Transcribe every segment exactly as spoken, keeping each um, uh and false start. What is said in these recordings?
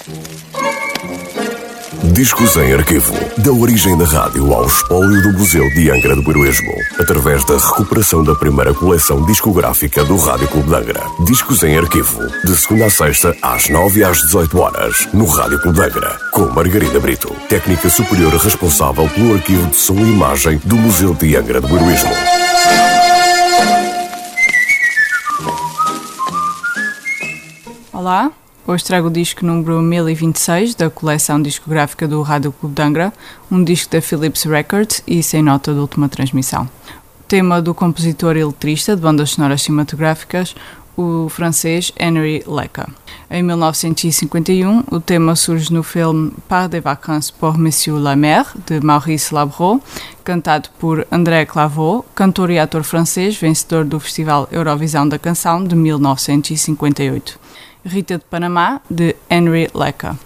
Discos em arquivo. Da origem da rádio ao espólio do Museu de Angra do Heroísmo, através da recuperação da primeira coleção discográfica do Rádio Clube de Angra. Discos em arquivo. De segunda a sexta, às nove e às dezoito horas, no Rádio Clube de Angra, com Margarida Brito, técnica superior responsável pelo arquivo de som e imagem do Museu de Angra do Heroísmo. Olá, hoje trago o disco número mil e vinte e seis da coleção discográfica do Rádio Clube de Angra, um disco da Philips Records e sem nota de última transmissão. Tema do compositor e letrista de bandas sonoras cinematográficas, o francês Henri Leca. Em mil novecentos e cinquenta e um, o tema surge no filme Par des vacances pour Monsieur la Mer, de Maurice Labro, cantado por André Clavaux, cantor e ator francês, vencedor do Festival Eurovisão da Canção de mil novecentos e cinquenta e oito. Rita de Panamá, de Henri Leca.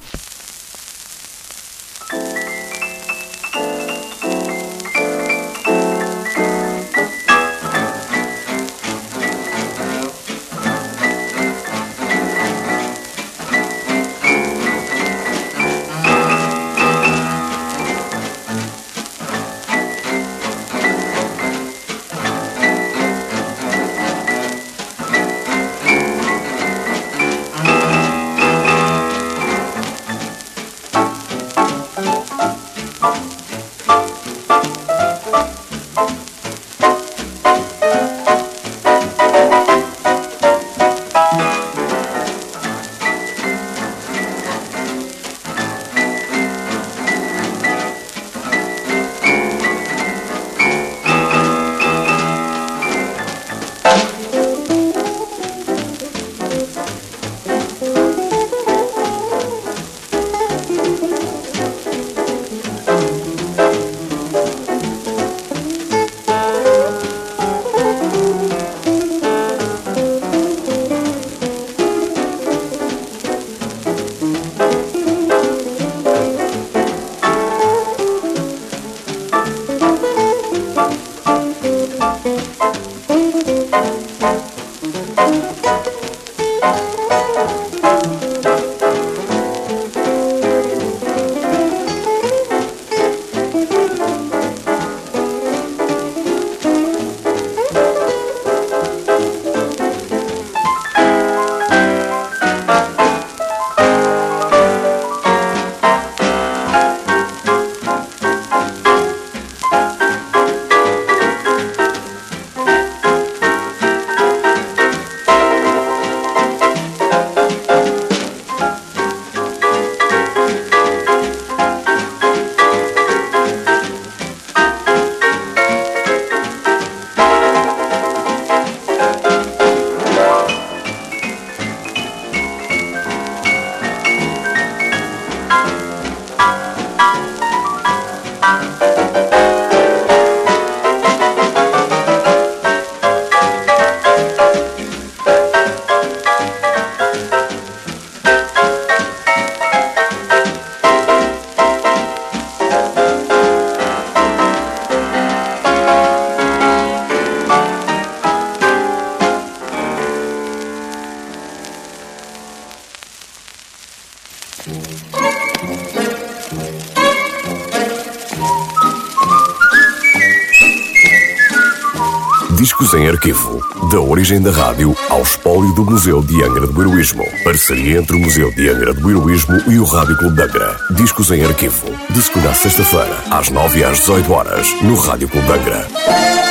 Discos em arquivo. Da origem da rádio ao espólio do Museu de Angra do Heroísmo. Parceria entre o Museu de Angra do Heroísmo e o Rádio Clube de Angra. Discos em arquivo. De segunda a sexta-feira, às nove e às dezoito horas, no Rádio Clube de Angra.